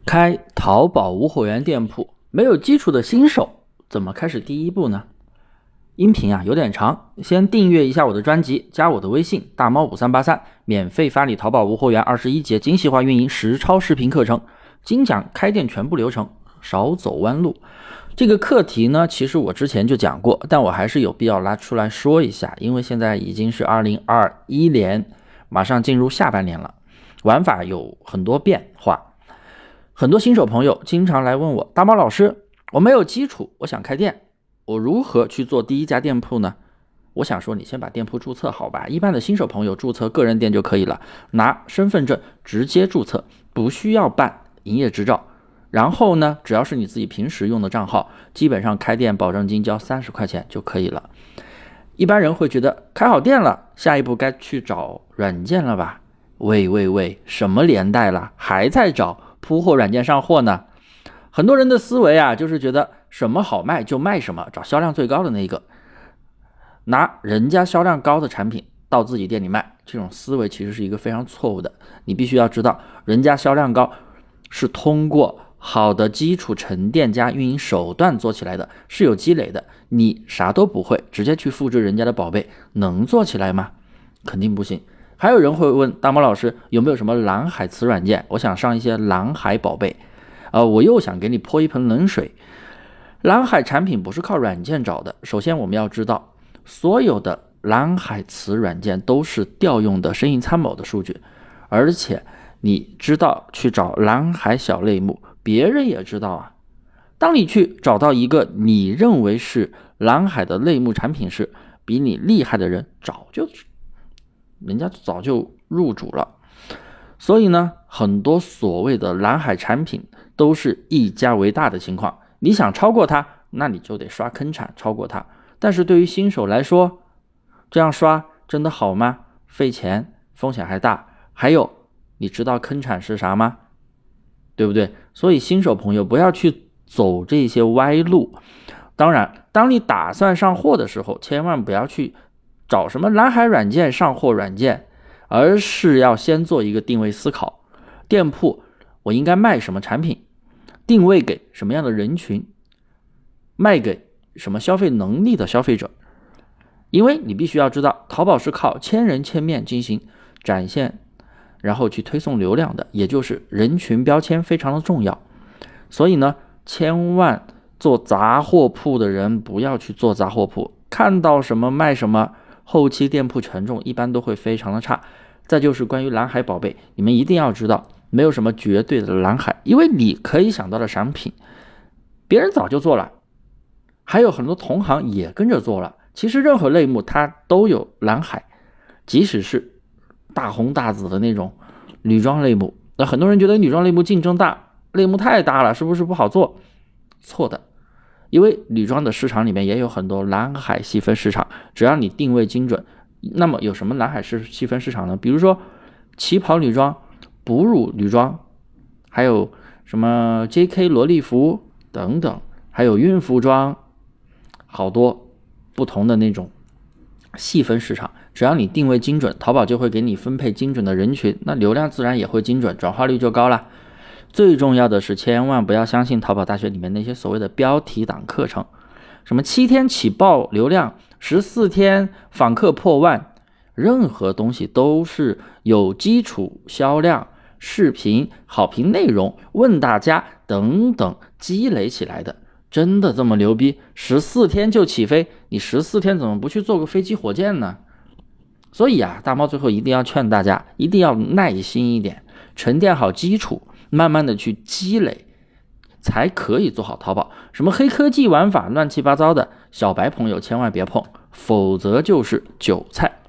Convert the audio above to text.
开淘宝无货源店铺，没有基础的新手怎么开始第一步呢？音频有点长，先订阅一下我的专辑，加我的微信大猫5383，免费发你淘宝无货源21节精细化运营实操视频课程，精讲开店全部流程，少走弯路。这个课题呢，其实我之前就讲过，但我还是有必要拉出来说一下，因为现在已经是2021年，马上进入下半年了，玩法有很多变化。很多新手朋友经常来问我，大猫老师，我没有基础，我想开店，我如何去做第一家店铺呢？我想说，你先把店铺注册好吧。一般的新手朋友注册个人店就可以了，拿身份证直接注册，不需要办营业执照。然后呢，只要是你自己平时用的账号，基本上开店保证金交30块钱就可以了。一般人会觉得开好店了，下一步该去找软件了吧？喂，什么年代了，还在找铺货软件上货呢？很多人的思维就是觉得什么好卖就卖什么，找销量最高的那个，拿人家销量高的产品到自己店里卖，这种思维其实是一个非常错误的。你必须要知道，人家销量高是通过好的基础沉淀加运营手段做起来的，是有积累的。你啥都不会，直接去复制人家的宝贝，能做起来吗？肯定不行。还有人会问大猫老师，有没有什么蓝海词软件？我想上一些蓝海宝贝。我又想给你泼一盆冷水。蓝海产品不是靠软件找的。首先我们要知道，所有的蓝海词软件都是调用的生意参谋的数据，而且你知道去找蓝海小类目，别人也知道当你去找到一个你认为是蓝海的类目产品时，比你厉害的人人家早就入主了。所以呢，很多所谓的蓝海产品都是一家为大的情况，你想超过它，那你就得刷坑产超过它。但是对于新手来说，这样刷真的好吗？费钱，风险还大。还有，你知道坑产是啥吗？对不对？所以新手朋友不要去走这些歪路。当然，当你打算上货的时候，千万不要去找什么蓝海软件、上货软件，而是要先做一个定位思考。店铺我应该卖什么产品，定位给什么样的人群，卖给什么消费能力的消费者。因为你必须要知道，淘宝是靠千人千面进行展现，然后去推送流量的，也就是人群标签非常的重要。所以呢，千万做杂货铺的人不要去做杂货铺，看到什么卖什么，后期店铺权重一般都会非常的差。再就是关于蓝海宝贝，你们一定要知道，没有什么绝对的蓝海，因为你可以想到的产品，别人早就做了，还有很多同行也跟着做了。其实任何类目它都有蓝海，即使是大红大紫的那种女装类目，那很多人觉得女装类目竞争大，类目太大了，是不是不好做？错的，因为女装的市场里面也有很多蓝海细分市场，只要你定位精准。那么有什么蓝海细分市场呢？比如说旗袍女装、哺乳女装，还有什么 JK 萝莉服等等，还有孕妇装，好多不同的那种细分市场。只要你定位精准，淘宝就会给你分配精准的人群，那流量自然也会精准，转化率就高了。最重要的是，千万不要相信淘宝大学里面那些所谓的标题党课程，什么7天起爆流量，14天访客破万，任何东西都是有基础销量、视频、好评内容、问大家等等积累起来的。真的这么牛逼？14天就起飞？你14天怎么不去做个飞机火箭呢？所以大猫最后一定要劝大家，一定要耐心一点，沉淀好基础，慢慢的去积累，才可以做好淘宝。什么黑科技玩法乱七八糟的，小白朋友千万别碰，否则就是韭菜。